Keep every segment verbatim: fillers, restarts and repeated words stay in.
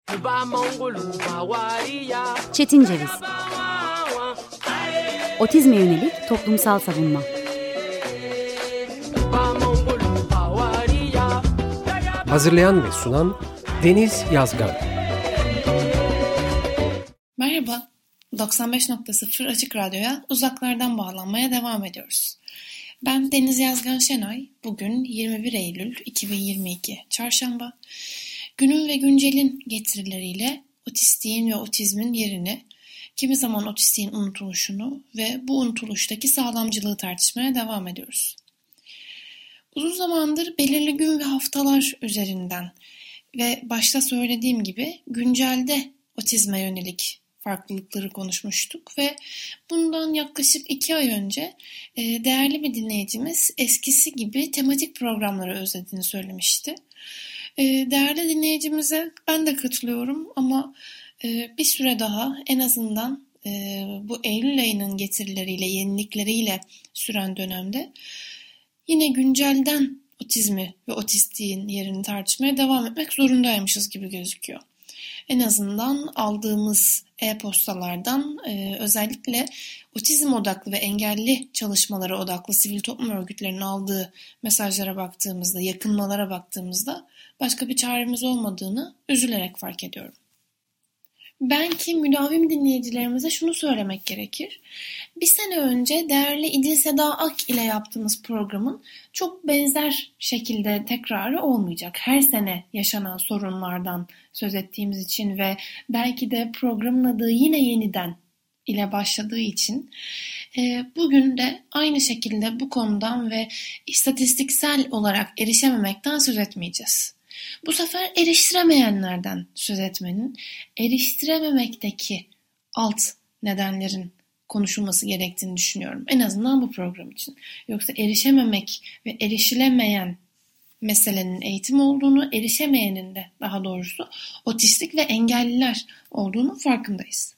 Çetin Ceviz. Otizme yönelik toplumsal savunma. Hazırlayan ve sunan Deniz Yazgan. Merhaba, doksan beş nokta sıfır Açık Radyo'ya uzaklardan bağlanmaya devam ediyoruz. Ben Deniz Yazgan Şenay, bugün yirmi bir Eylül iki bin yirmi iki Çarşamba. Günün ve güncelin getirileriyle otistiğin ve otizmin yerini, kimi zaman otistiğin unutuluşunu ve bu unutuluştaki sağlamcılığı tartışmaya devam ediyoruz. Uzun zamandır belirli gün ve haftalar üzerinden ve başta söylediğim gibi güncelde otizme yönelik farklılıkları konuşmuştuk ve bundan yaklaşık iki ay önce e, değerli bir dinleyicimiz eskisi gibi tematik programları özlediğini söylemişti. E, değerli dinleyicimize ben de katılıyorum ama e, bir süre daha en azından e, bu Eylül ayının getirileriyle, yenilikleriyle süren dönemde yine güncelden otizmi ve otistiğin yerini tartışmaya devam etmek zorundaymışız gibi gözüküyor. En azından aldığımız e-postalardan e, özellikle otizm odaklı ve engelli çalışmalara odaklı sivil toplum örgütlerinin aldığı mesajlara baktığımızda, yakınmalara baktığımızda başka bir çaremiz olmadığını üzülerek fark ediyorum. Belki müdavim dinleyicilerimize şunu söylemek gerekir. Bir sene önce değerli İdil Seda Ak ile yaptığımız programın çok benzer şekilde tekrarı olmayacak. Her sene yaşanan sorunlardan söz ettiğimiz için ve belki de programın adı yine yeniden ile başladığı için bugün de aynı şekilde bu konudan ve istatistiksel olarak erişememekten söz etmeyeceğiz. Bu sefer eriştiremeyenlerden söz etmenin, eriştirememekteki alt nedenlerin konuşulması gerektiğini düşünüyorum. En azından bu program için. Yoksa erişememek ve erişilemeyen meselenin eğitim olduğunu, erişemeyenin de daha doğrusu otistik ve engelliler olduğunu farkındayız.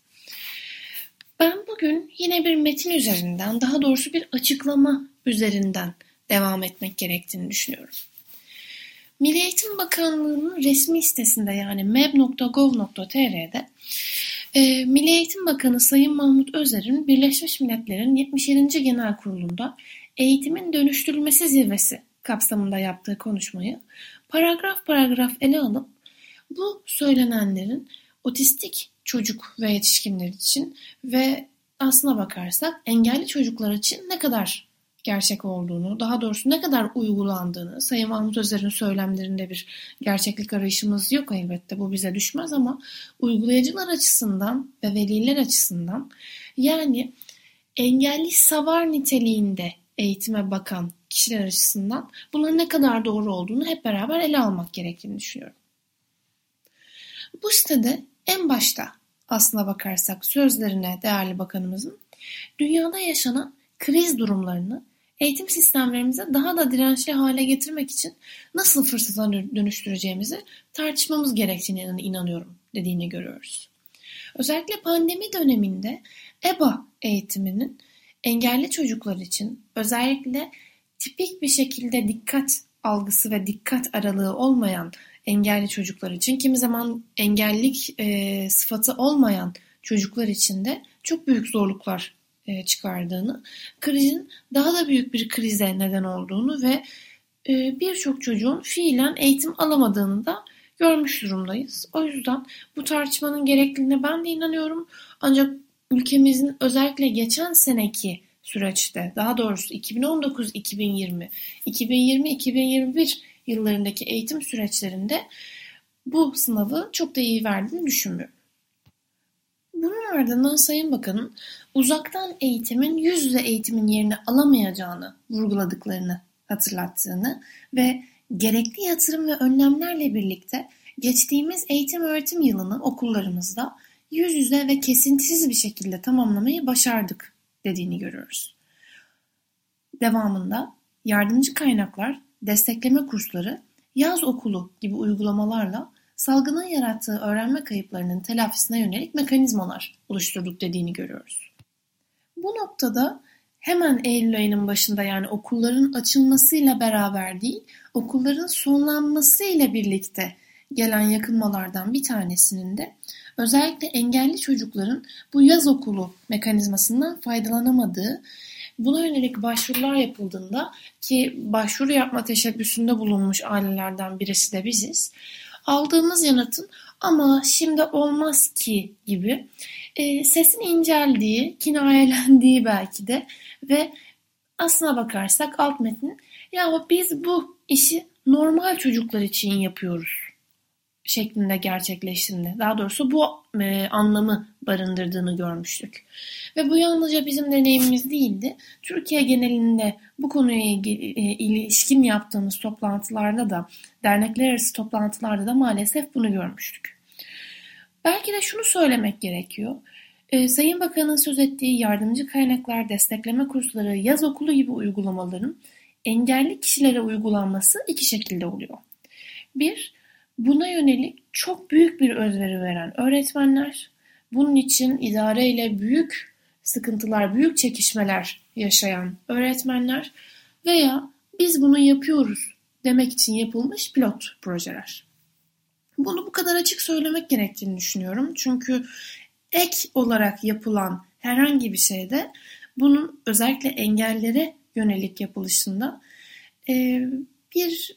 Ben bugün yine bir metin üzerinden, daha doğrusu bir açıklama üzerinden devam etmek gerektiğini düşünüyorum. Milli Eğitim Bakanlığı'nın resmi sitesinde yani meb nokta gov nokta tr'de e, Milli Eğitim Bakanı Sayın Mahmut Özer'in Birleşmiş Milletler'in yetmiş yedinci Genel Kurulu'nda eğitimin dönüştürülmesi zirvesi kapsamında yaptığı konuşmayı paragraf paragraf ele alıp bu söylenenlerin otistik çocuk ve yetişkinler için ve aslına bakarsak engelli çocuklar için ne kadar gerçek olduğunu, daha doğrusu ne kadar uygulandığını, Sayın Mahmut Özer'in söylemlerinde bir gerçeklik arayışımız yok elbette, bu bize düşmez ama uygulayıcılar açısından ve veliler açısından yani engelli savar niteliğinde eğitime bakan kişiler açısından bunların ne kadar doğru olduğunu hep beraber ele almak gerektiğini düşünüyorum. Bu sitede en başta aslına bakarsak sözlerine değerli bakanımızın dünyada yaşanan kriz durumlarını eğitim sistemlerimize daha da dirençli hale getirmek için nasıl fırsata dönüştüreceğimizi tartışmamız gerektiğine inanıyorum dediğini görüyoruz. Özellikle pandemi döneminde E B A eğitiminin engelli çocuklar için özellikle tipik bir şekilde dikkat algısı ve dikkat aralığı olmayan engelli çocuklar için, kimi zaman engellilik e, sıfatı olmayan çocuklar için de çok büyük zorluklar çıkardığını, krizin daha da büyük bir krize neden olduğunu ve birçok çocuğun fiilen eğitim alamadığını da görmüş durumdayız. O yüzden bu tartışmanın gerekliliğine ben de inanıyorum. Ancak ülkemizin özellikle geçen seneki süreçte, daha doğrusu iki bin on dokuz iki bin yirmi, iki bin yirmi iki bin yirmi bir yıllarındaki eğitim süreçlerinde bu sınavı çok da iyi verdiğini düşünmüyorum. Bunun ardından Sayın Bakan'ın uzaktan eğitimin yüz yüze eğitimin yerini alamayacağını vurguladıklarını hatırlattığını ve gerekli yatırım ve önlemlerle birlikte geçtiğimiz eğitim öğretim yılını okullarımızda yüz yüze ve kesintisiz bir şekilde tamamlamayı başardık dediğini görüyoruz. Devamında yardımcı kaynaklar, destekleme kursları, yaz okulu gibi uygulamalarla salgının yarattığı öğrenme kayıplarının telafisine yönelik mekanizmalar oluşturduk dediğini görüyoruz. Bu noktada hemen Eylül ayının başında yani okulların açılmasıyla beraber değil, okulların sonlanmasıyla birlikte gelen yakınmalardan bir tanesinin de özellikle engelli çocukların bu yaz okulu mekanizmasından faydalanamadığı, buna yönelik başvurular yapıldığında, ki başvuru yapma teşebbüsünde bulunmuş ailelerden birisi de biziz, aldığımız yanıtın ama şimdi olmaz ki gibi e, sesin inceldiği, kinayelendiği belki de ve aslına bakarsak alt metnin ya biz bu işi normal çocuklar için yapıyoruz şeklinde gerçekleştiğinde, daha doğrusu bu e, anlamı barındırdığını görmüştük. Ve bu yalnızca bizim deneyimimiz değildi. Türkiye genelinde bu konuya ilgili, e, ilişkin yaptığımız toplantılarda da, dernekler arası toplantılarda da maalesef bunu görmüştük. Belki de şunu söylemek gerekiyor. E, Sayın Bakan'ın söz ettiği yardımcı kaynaklar, destekleme kursları, yaz okulu gibi uygulamaların engelli kişilere uygulanması iki şekilde oluyor. Bir, buna yönelik çok büyük bir özveri veren öğretmenler, bunun için idareyle büyük sıkıntılar, büyük çekişmeler yaşayan öğretmenler veya biz bunu yapıyoruz demek için yapılmış pilot projeler. Bunu bu kadar açık söylemek gerektiğini düşünüyorum. Çünkü ek olarak yapılan herhangi bir şeyde bunun özellikle engellere yönelik yapılışında bir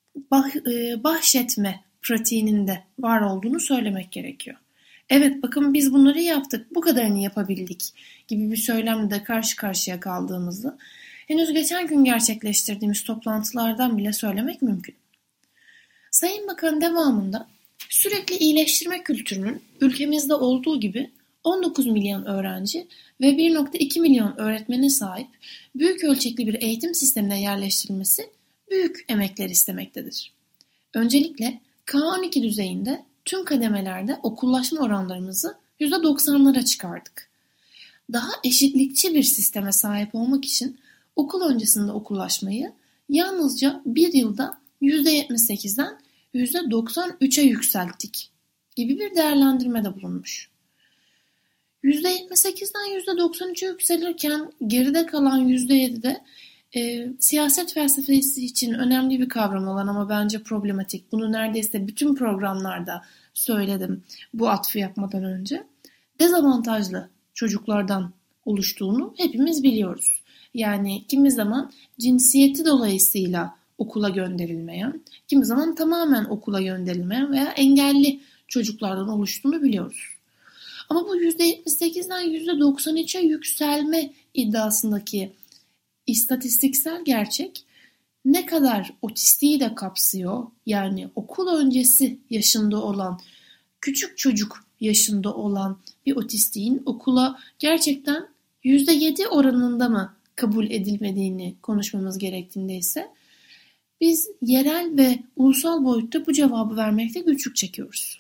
bahşetme pratiğinin de var olduğunu söylemek gerekiyor. Evet bakın biz bunları yaptık, bu kadarını yapabildik gibi bir söylemle karşı karşıya kaldığımızı henüz geçen gün gerçekleştirdiğimiz toplantılardan bile söylemek mümkün. Sayın Bakan devamında sürekli iyileştirme kültürünün ülkemizde olduğu gibi on dokuz milyon öğrenci ve bir virgül iki milyon öğretmene sahip büyük ölçekli bir eğitim sistemine yerleştirilmesi büyük emekler istemektedir. Öncelikle K on iki düzeyinde tüm kademelerde okullaşma oranlarımızı yüzde doksanlara çıkardık. Daha eşitlikçi bir sisteme sahip olmak için okul öncesinde okullaşmayı yalnızca bir yılda yüzde yetmiş sekizden yüzde doksan üçe yükselttik gibi bir değerlendirmede bulunmuş. yüzde yetmiş sekizden yüzde doksan üçe yükselirken geride kalan yüzde yedide e, siyaset felsefesi için önemli bir kavram olan ama bence problematik. Bunu neredeyse bütün programlarda söyledim bu atfı yapmadan önce. Dezavantajlı çocuklardan oluştuğunu hepimiz biliyoruz. Yani kimi zaman cinsiyeti dolayısıyla okula gönderilmeyen, kimi zaman tamamen okula gönderilmeyen veya engelli çocuklardan oluştuğunu biliyoruz. Ama bu yüzde yetmiş sekizden yüzde doksan üçe yükselme iddiasındaki istatistiksel gerçek ne kadar otistiği de kapsıyor, yani okul öncesi yaşında olan, küçük çocuk yaşında olan bir otistiğin okula gerçekten yüzde yedi oranında mı kabul edilmediğini konuşmamız gerektiğinde ise biz yerel ve ulusal boyutta bu cevabı vermekte güçlük çekiyoruz.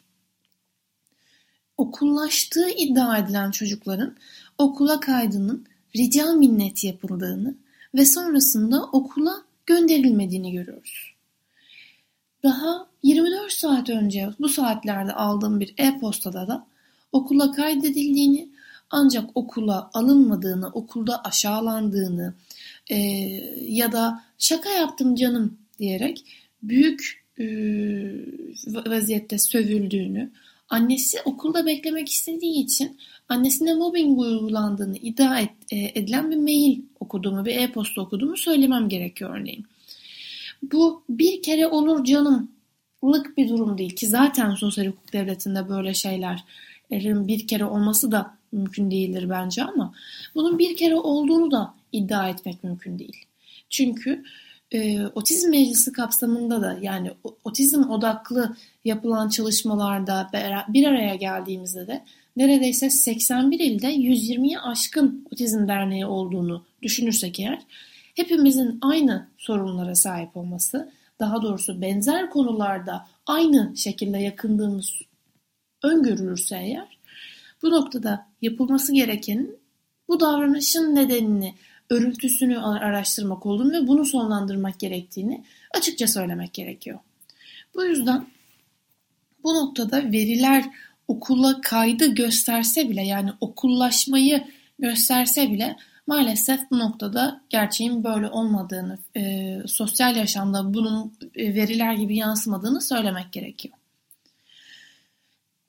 Okullaştığı iddia edilen çocukların okula kaydının rica minnet yapıldığını ve sonrasında okula gönderilmediğini görüyoruz. Daha yirmi dört saat önce bu saatlerde aldığım bir e-postada da okula kaydedildiğini ancak okula alınmadığını, okulda aşağılandığını e, ya da şaka yaptım canım diyerek büyük e, vaziyette sövüldüğünü, annesi okulda beklemek istediği için annesine mobbing uygulandığını iddia et, e, edilen bir mail okuduğumu, bir e-posta okuduğumu söylemem gerekiyor örneğin. Bu bir kere olur canımlık bir durum değil ki zaten sosyal hukuk devletinde böyle şeylerin bir kere olması da mümkün değildir bence, ama bunun bir kere olduğunu da iddia etmek mümkün değil. Çünkü e, otizm meclisi kapsamında da, yani otizm odaklı yapılan çalışmalarda bir araya geldiğimizde de neredeyse seksen bir ilde yüz yirmiye aşkın otizm derneği olduğunu düşünürsek eğer, hepimizin aynı sorunlara sahip olması, daha doğrusu benzer konularda aynı şekilde yakındığımız öngörülürse eğer, bu noktada yapılması gerekenin bu davranışın nedenini, örüntüsünü araştırmak olduğunu ve bunu sonlandırmak gerektiğini açıkça söylemek gerekiyor. Bu yüzden bu noktada veriler okula kaydı gösterse bile, yani okullaşmayı gösterse bile maalesef bu noktada gerçeğin böyle olmadığını, e, sosyal yaşamda bunun e, veriler gibi yansımadığını söylemek gerekiyor.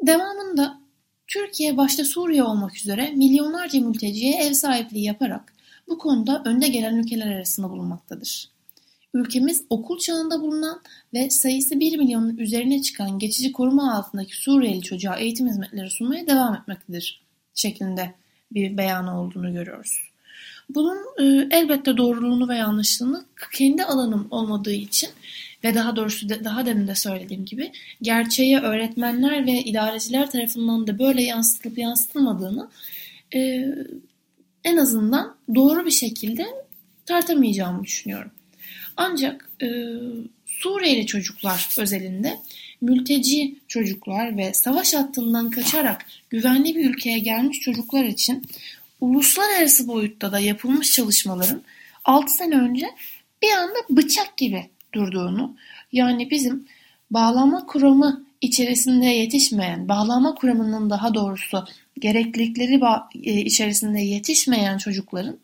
Devamında Türkiye başta Suriye olmak üzere milyonlarca mülteciye ev sahipliği yaparak bu konuda önde gelen ülkeler arasında bulunmaktadır. Ülkemiz okul çağında bulunan ve sayısı bir milyonun üzerine çıkan geçici koruma altındaki Suriyeli çocuğa eğitim hizmetleri sunmaya devam etmektedir şeklinde bir beyanı olduğunu görüyoruz. Bunun e, elbette doğruluğunu ve yanlışlığını kendi alanım olmadığı için ve daha doğrusu de, daha demin de söylediğim gibi gerçeği öğretmenler ve idareciler tarafından da böyle yansıtılıp yansıtılmadığını e, en azından doğru bir şekilde tartamayacağımı düşünüyorum. Ancak e, Suriyeli çocuklar özelinde mülteci çocuklar ve savaş hattından kaçarak güvenli bir ülkeye gelmiş çocuklar için uluslararası boyutta da yapılmış çalışmaların altı sene önce bir anda bıçak gibi durduğunu, yani bizim bağlama kuramı içerisinde yetişmeyen, bağlama kuramının daha doğrusu gereklilikleri içerisinde yetişmeyen çocukların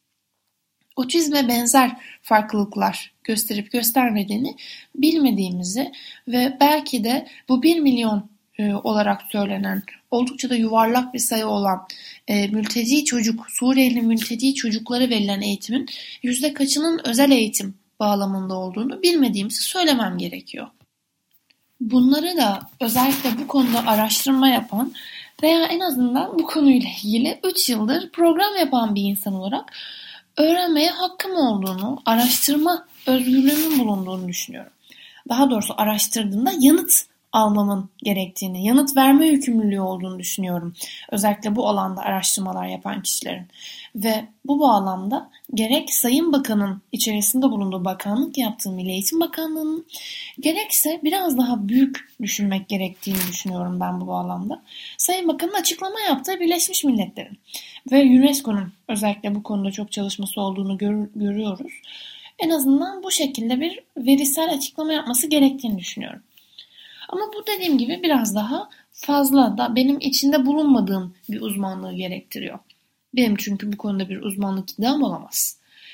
otizme benzer farklılıklar gösterip göstermediğini bilmediğimizi ve belki de bu bir milyon e, olarak söylenen oldukça da yuvarlak bir sayı olan e, mülteci çocuk, Suriyeli mülteci çocuklara verilen eğitimin yüzde kaçının özel eğitim bağlamında olduğunu bilmediğimizi söylemem gerekiyor. Bunları da özellikle bu konuda araştırma yapan veya en azından bu konuyla ilgili üç yıldır program yapan bir insan olarak öğrenmeye hakkım olduğunu, araştırma özgürlüğümün bulunduğunu düşünüyorum. Daha doğrusu araştırdığımda yanıt almamın gerektiğini, yanıt verme yükümlülüğü olduğunu düşünüyorum. Özellikle bu alanda araştırmalar yapan kişilerin. Ve bu bağlamda gerek Sayın Bakan'ın içerisinde bulunduğu bakanlık yaptığı Milli Eğitim Bakanlığı'nın gerekse biraz daha büyük düşünmek gerektiğini düşünüyorum ben bu bağlamda. Sayın Bakan'ın açıklama yaptığı Birleşmiş Milletler'in ve UNESCO'nun özellikle bu konuda çok çalışması olduğunu gör, görüyoruz. En azından bu şekilde bir verisel açıklama yapması gerektiğini düşünüyorum. Ama bu dediğim gibi biraz daha fazla da benim içinde bulunmadığım bir uzmanlığı gerektiriyor. Benim çünkü bu konuda bir uzmanlık iddiam olamaz.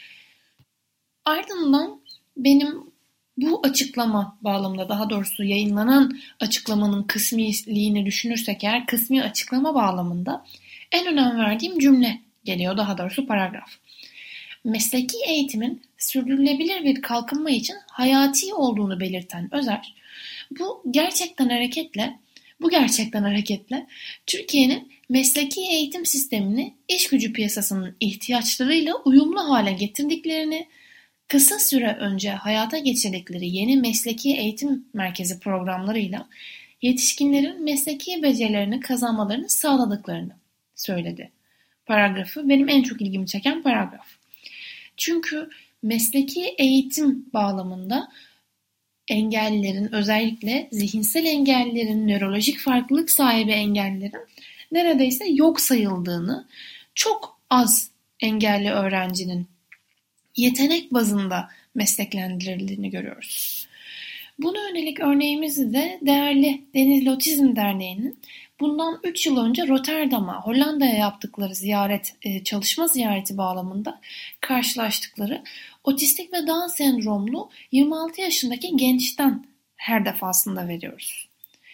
Ardından benim bu açıklama bağlamında, daha doğrusu yayınlanan açıklamanın kısmiliğini düşünürsek eğer, kısmi açıklama bağlamında en önem verdiğim cümle geliyor, daha doğrusu paragraf. Mesleki eğitimin sürdürülebilir bir kalkınma için hayati olduğunu belirten Özer, bu gerçekten hareketle, bu gerçekten hareketle Türkiye'nin mesleki eğitim sistemini iş gücü piyasasının ihtiyaçlarıyla uyumlu hale getirdiklerini, kısa süre önce hayata geçirdikleri yeni mesleki eğitim merkezi programlarıyla yetişkinlerin mesleki becerilerini kazanmalarını sağladıklarını söyledi. Paragrafı benim en çok ilgimi çeken paragraf. Çünkü mesleki eğitim bağlamında engellilerin, özellikle zihinsel engellilerin, nörolojik farklılık sahibi engellilerin neredeyse yok sayıldığını, çok az engelli öğrencinin yetenek bazında mesleklendirildiğini görüyoruz. Buna yönelik örneğimizi de değerli Denizli Otizm Derneği'nin bundan üç yıl önce Rotterdam'a, Hollanda'ya yaptıkları ziyaret, çalışma ziyareti bağlamında karşılaştıkları otistik ve Down sendromlu yirmi altı yaşındaki gençten her defasında veriyoruz.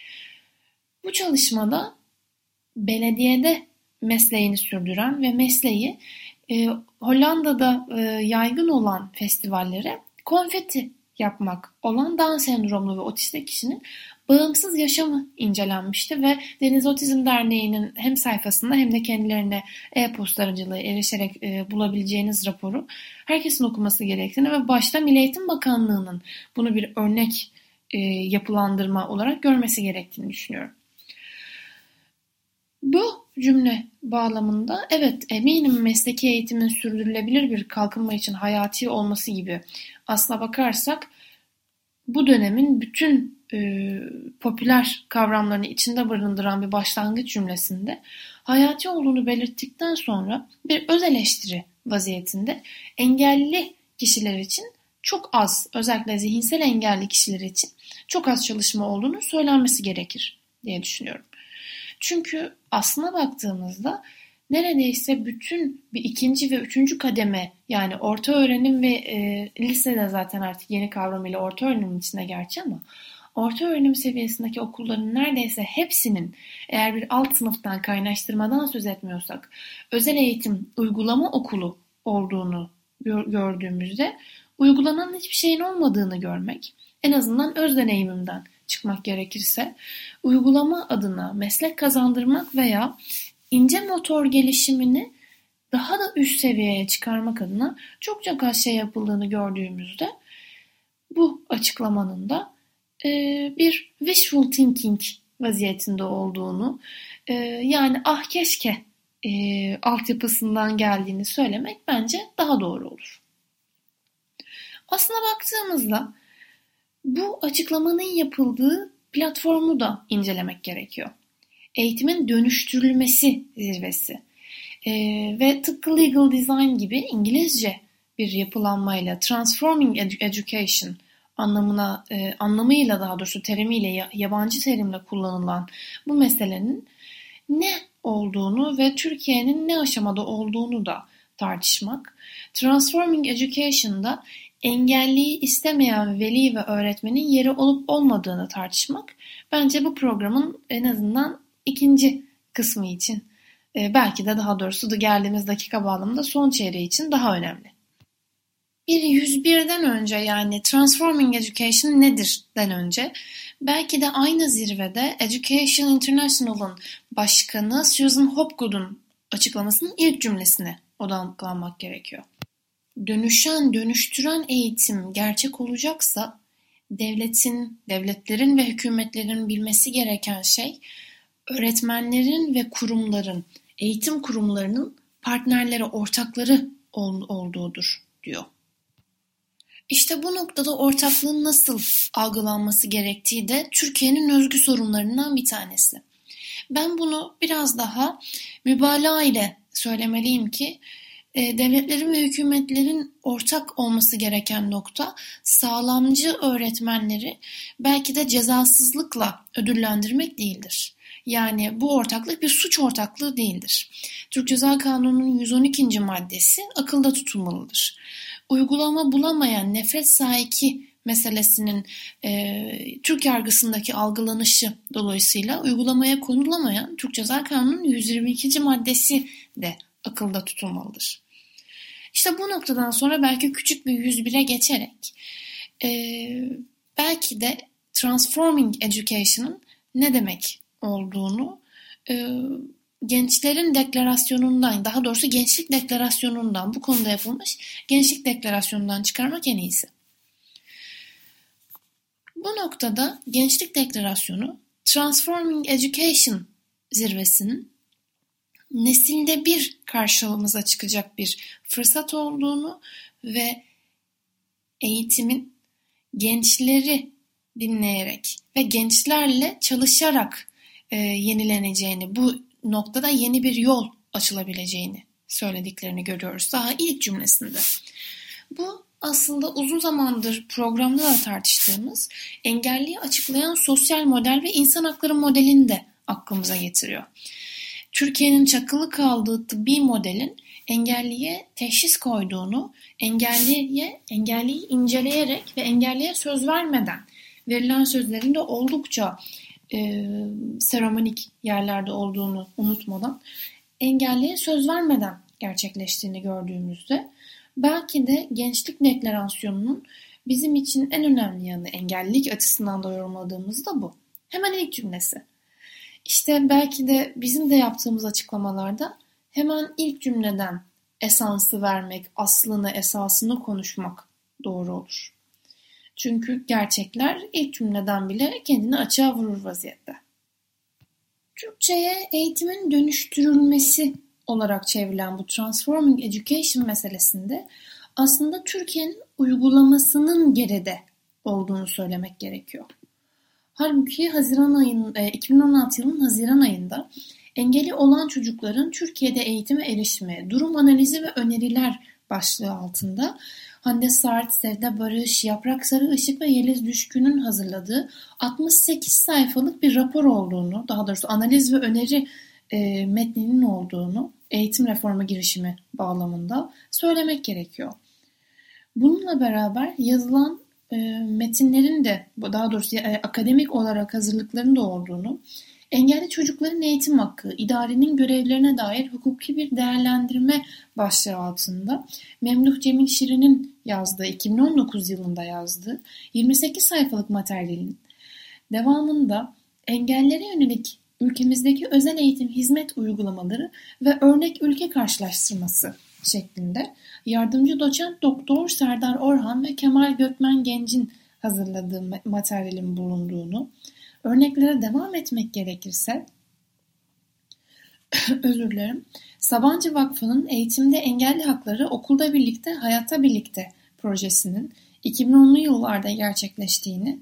Bu çalışmada belediyede mesleğini sürdüren ve mesleği e, Hollanda'da e, yaygın olan festivallere konfeti yapmak olan Down sendromlu ve otistik kişinin bağımsız yaşamı incelenmişti ve Deniz Otizm Derneği'nin hem sayfasında hem de kendilerine e-posta aracılığı erişerek e, bulabileceğiniz raporu herkesin okuması gerektiğini ve başta Milli Eğitim Bakanlığı'nın bunu bir örnek e, yapılandırma olarak görmesi gerektiğini düşünüyorum. Bu cümle bağlamında evet, eminim mesleki eğitimin sürdürülebilir bir kalkınma için hayati olması gibi aslına bakarsak bu dönemin bütün e, popüler kavramlarını içinde barındıran bir başlangıç cümlesinde hayati olduğunu belirttikten sonra bir öz eleştiri vaziyetinde engelli kişiler için çok az, özellikle zihinsel engelli kişiler için çok az çalışma olduğunu söylenmesi gerekir diye düşünüyorum. Çünkü aslına baktığımızda neredeyse bütün bir ikinci ve üçüncü kademe, yani orta öğrenim ve e, lisede zaten artık yeni kavramıyla orta öğrenimin içine gerçi ama orta öğrenim seviyesindeki okulların neredeyse hepsinin, eğer bir alt sınıftan kaynaştırmadan söz etmiyorsak, özel eğitim uygulama okulu olduğunu gördüğümüzde uygulanan hiçbir şeyin olmadığını görmek, en azından öz deneyimimden çıkmak gerekirse, uygulama adına meslek kazandırmak veya ince motor gelişimini daha da üst seviyeye çıkarmak adına çokça az şey yapıldığını gördüğümüzde bu açıklamanın da e, bir wishful thinking vaziyetinde olduğunu, e, yani ah keşke e, altyapısından geldiğini söylemek bence daha doğru olur. Aslına baktığımızda bu açıklamanın yapıldığı platformu da incelemek gerekiyor. Eğitimin dönüştürülmesi zirvesi ee, ve tıpkı legal design gibi İngilizce bir yapılanmayla transforming education anlamına e, anlamıyla daha doğrusu terimiyle, yabancı terimle kullanılan bu meselenin ne olduğunu ve Türkiye'nin ne aşamada olduğunu da tartışmak. Transforming education'da engelliyi istemeyen veli ve öğretmenin yeri olup olmadığını tartışmak bence bu programın en azından ikinci kısmı için, belki de daha doğrusu da geldiğimiz dakika bağlamında son çeyreği için daha önemli. Bir yüz birden önce, yani Transforming Education nedir'den önce belki de aynı zirvede Education International'ın başkanı Susan Hopgood'un açıklamasının ilk cümlesine odaklanmak gerekiyor. Dönüşen, dönüştüren eğitim gerçek olacaksa devletin, devletlerin ve hükümetlerin bilmesi gereken şey öğretmenlerin ve kurumların, eğitim kurumlarının partnerleri, ortakları ol, olduğudur diyor. İşte bu noktada ortaklığın nasıl algılanması gerektiği de Türkiye'nin özgü sorunlarından bir tanesi. Ben bunu biraz daha mübalağa ile söylemeliyim ki devletlerin ve hükümetlerin ortak olması gereken nokta sağlamcı öğretmenleri belki de cezasızlıkla ödüllendirmek değildir. Yani bu ortaklık bir suç ortaklığı değildir. Türk Ceza Kanunu'nun yüz on ikinci maddesi akılda tutulmalıdır. Uygulama bulamayan nefret saiki meselesinin e, Türk yargısındaki algılanışı dolayısıyla uygulamaya konulamayan Türk Ceza Kanunu'nun yüz yirmi ikinci maddesi de akılda tutulmalıdır. İşte bu noktadan sonra belki küçük bir yüz bire geçerek e, belki de Transforming Education'ın ne demek olduğunu e, gençlerin deklarasyonundan, daha doğrusu gençlik deklarasyonundan, bu konuda yapılmış gençlik deklarasyonundan çıkarmak en iyisi. Bu noktada gençlik deklarasyonu Transforming Education zirvesinin nesilde bir karşımıza çıkacak bir fırsat olduğunu ve eğitimin gençleri dinleyerek ve gençlerle çalışarak e, yenileneceğini, bu noktada yeni bir yol açılabileceğini söylediklerini görüyoruz daha ilk cümlesinde. Bu aslında uzun zamandır programda da tartıştığımız engelliyi açıklayan sosyal model ve insan hakları modelini de aklımıza getiriyor. Türkiye'nin çakılı kaldığı tıbbi modelin engelliye teşhis koyduğunu, engelliye, engelliyi inceleyerek ve engelliye söz vermeden, verilen sözlerin de oldukça e, seremonik yerlerde olduğunu unutmadan, engelliye söz vermeden gerçekleştiğini gördüğümüzde, belki de gençlik deklarasyonunun bizim için en önemli yanı, engellilik açısından da yorumladığımızda bu. Hemen ilk cümlesi. İşte belki de bizim de yaptığımız açıklamalarda hemen ilk cümleden esansı vermek, aslını, esasını konuşmak doğru olur. Çünkü gerçekler ilk cümleden bile kendini açığa vurur vaziyette. Türkçe'ye eğitimin dönüştürülmesi olarak çevrilen bu Transforming Education meselesinde aslında Türkiye'nin uygulamasının geride olduğunu söylemek gerekiyor. Halbuki Haziran ayının, iki bin on altı yılının Haziran ayında engeli olan çocukların Türkiye'de eğitime erişimi, durum analizi ve öneriler başlığı altında Hande Sart, Sevda Barış, Yaprak Sarıışık ve Yeliz Düşkün'ün hazırladığı altmış sekiz sayfalık bir rapor olduğunu, daha doğrusu analiz ve öneri e, metninin olduğunu eğitim reformu girişimi bağlamında söylemek gerekiyor. Bununla beraber yazılan e, metinlerin de, daha doğrusu e, akademik olarak hazırlıkların da olduğunu, engelli çocukların eğitim hakkı, idarenin görevlerine dair hukuki bir değerlendirme başlığı altında Memduh Cemil Şirin'in yazdığı, iki bin on dokuz yılında yazdığı yirmi sekiz sayfalık materyalin devamında engellere yönelik ülkemizdeki özel eğitim hizmet uygulamaları ve örnek ülke karşılaştırması şeklinde yardımcı doçent doktor Serdar Orhan ve Kemal Gökmen Genc'in hazırladığı materyalin bulunduğunu, örneklere devam etmek gerekirse, özür dilerim, Sabancı Vakfı'nın Eğitimde Engelli Hakları Okulda Birlikte, Hayatta Birlikte projesinin iki bin onlu yıllarda gerçekleştiğini,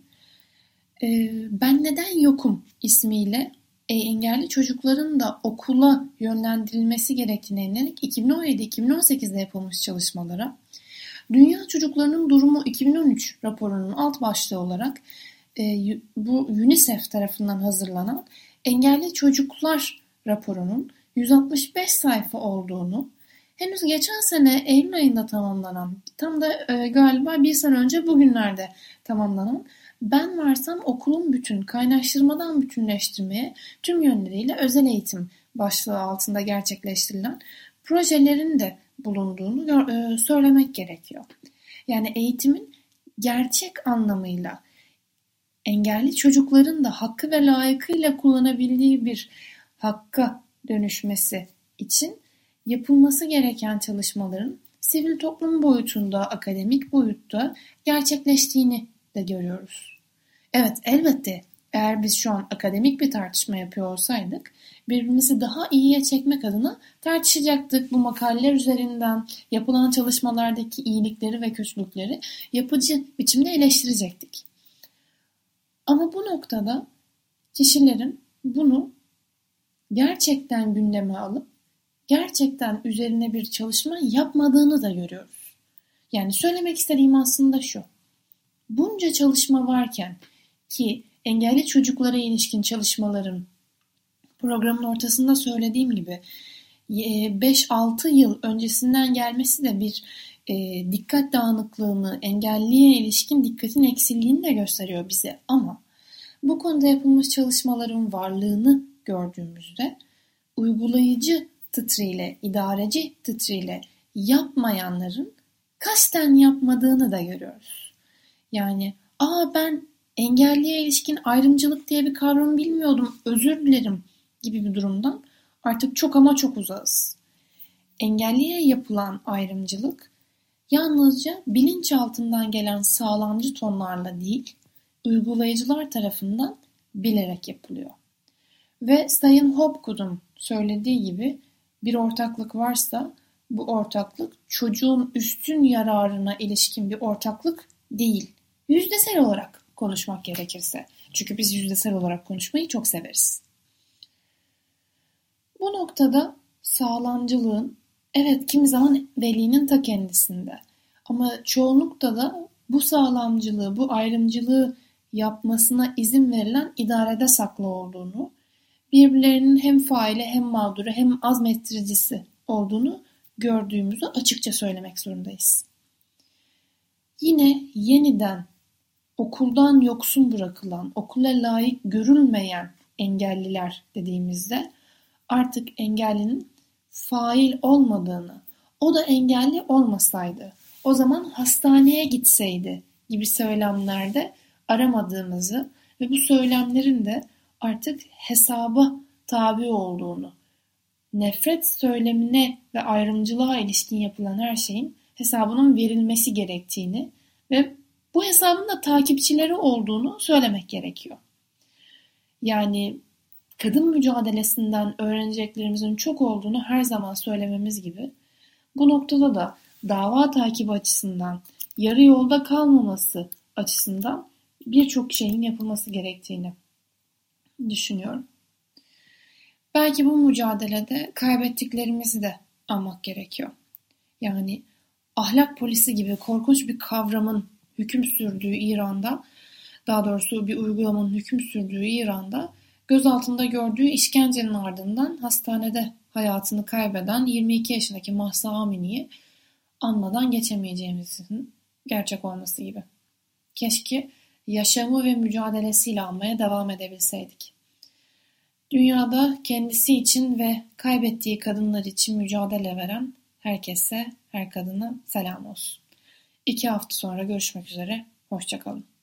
Ben Neden Yokum ismiyle engelli çocukların da okula yönlendirilmesi gerektiğine yönelik iki bin on yedi iki bin on sekizde yapılmış çalışmalara, Dünya Çocuklarının Durumu iki bin on üç raporunun alt başlığı olarak bu UNICEF tarafından hazırlanan Engelli Çocuklar raporunun yüz altmış beş sayfa olduğunu, henüz geçen sene Eylül ayında tamamlanan, tam da e, galiba bir sene önce bugünlerde tamamlanan Ben Varsam Okulun Bütün, kaynaştırmadan bütünleştirmeye tüm yönleriyle özel eğitim başlığı altında gerçekleştirilen projelerin de bulunduğunu e, söylemek gerekiyor. Yani eğitimin gerçek anlamıyla engelli çocukların da hakkı ve layıkıyla kullanabildiği bir hakka dönüşmesi için yapılması gereken çalışmaların sivil toplum boyutunda, akademik boyutta gerçekleştiğini de görüyoruz. Evet, elbette eğer biz şu an akademik bir tartışma yapıyor olsaydık, birbirimizi daha iyiye çekmek adına tartışacaktık. Bu makaleler üzerinden yapılan çalışmalardaki iyilikleri ve kötülükleri yapıcı biçimde eleştirecektik. Ama bu noktada kişilerin bunu gerçekten gündeme alıp gerçekten üzerine bir çalışma yapmadığını da görüyoruz. Yani söylemek istediğim aslında şu. Bunca çalışma varken ki engelli çocuklara ilişkin çalışmaların programın ortasında söylediğim gibi beş altı yıl öncesinden gelmesi de bir e, dikkat dağınıklığını, engelliye ilişkin dikkatin eksikliğini de gösteriyor bize. Ama bu konuda yapılmış çalışmaların varlığını gördüğümüzde uygulayıcı titriyle, idareci titriyle yapmayanların kasten yapmadığını da görüyoruz. Yani aa ben engelliye ilişkin ayrımcılık diye bir kavramı bilmiyordum, özür dilerim gibi bir durumdan artık çok ama çok uzağız. Engelliye yapılan ayrımcılık yalnızca bilinçaltından gelen sağlamcı tonlarla değil, uygulayıcılar tarafından bilerek yapılıyor. Ve Sayın Hopgood'un söylediği gibi bir ortaklık varsa bu ortaklık çocuğun üstün yararına ilişkin bir ortaklık değil. Yüzdesel olarak konuşmak gerekirse. Çünkü biz yüzdesel olarak konuşmayı çok severiz. Bu noktada sağlamcılığın, evet kimi zaman velinin ta kendisinde ama çoğunlukta da bu sağlamcılığı, bu ayrımcılığı yapmasına izin verilen idarede saklı olduğunu, birbirlerinin hem faili hem mağduru hem azmettiricisi olduğunu gördüğümüzü açıkça söylemek zorundayız. Yine yeniden okuldan yoksun bırakılan, okula layık görülmeyen engelliler dediğimizde artık engellinin fail olmadığını, o da engelli olmasaydı, o zaman hastaneye gitseydi gibi söylemlerde aramadığımızı ve bu söylemlerin de artık hesaba tabi olduğunu, nefret söylemine ve ayrımcılığa ilişkin yapılan her şeyin hesabının verilmesi gerektiğini ve bu hesabın da takipçileri olduğunu söylemek gerekiyor. Yani kadın mücadelesinden öğreneceklerimizin çok olduğunu her zaman söylememiz gibi, bu noktada da dava takibi açısından, yarı yolda kalmaması açısından birçok şeyin yapılması gerektiğini düşünüyorum. Belki bu mücadelede kaybettiklerimizi de anmak gerekiyor. Yani ahlak polisi gibi korkunç bir kavramın hüküm sürdüğü İran'da, daha doğrusu bir uygulamanın hüküm sürdüğü İran'da gözaltında gördüğü işkencenin ardından hastanede hayatını kaybeden yirmi iki yaşındaki Mahsa Amini'yi anmadan geçemeyeceğimizin gerçek olması gibi. Keşke yaşamı ve mücadelesiyle almaya devam edebilseydik. Dünyada kendisi için ve kaybettiği kadınlar için mücadele veren herkese, her kadına selam olsun. İki hafta sonra görüşmek üzere, hoşça kalın.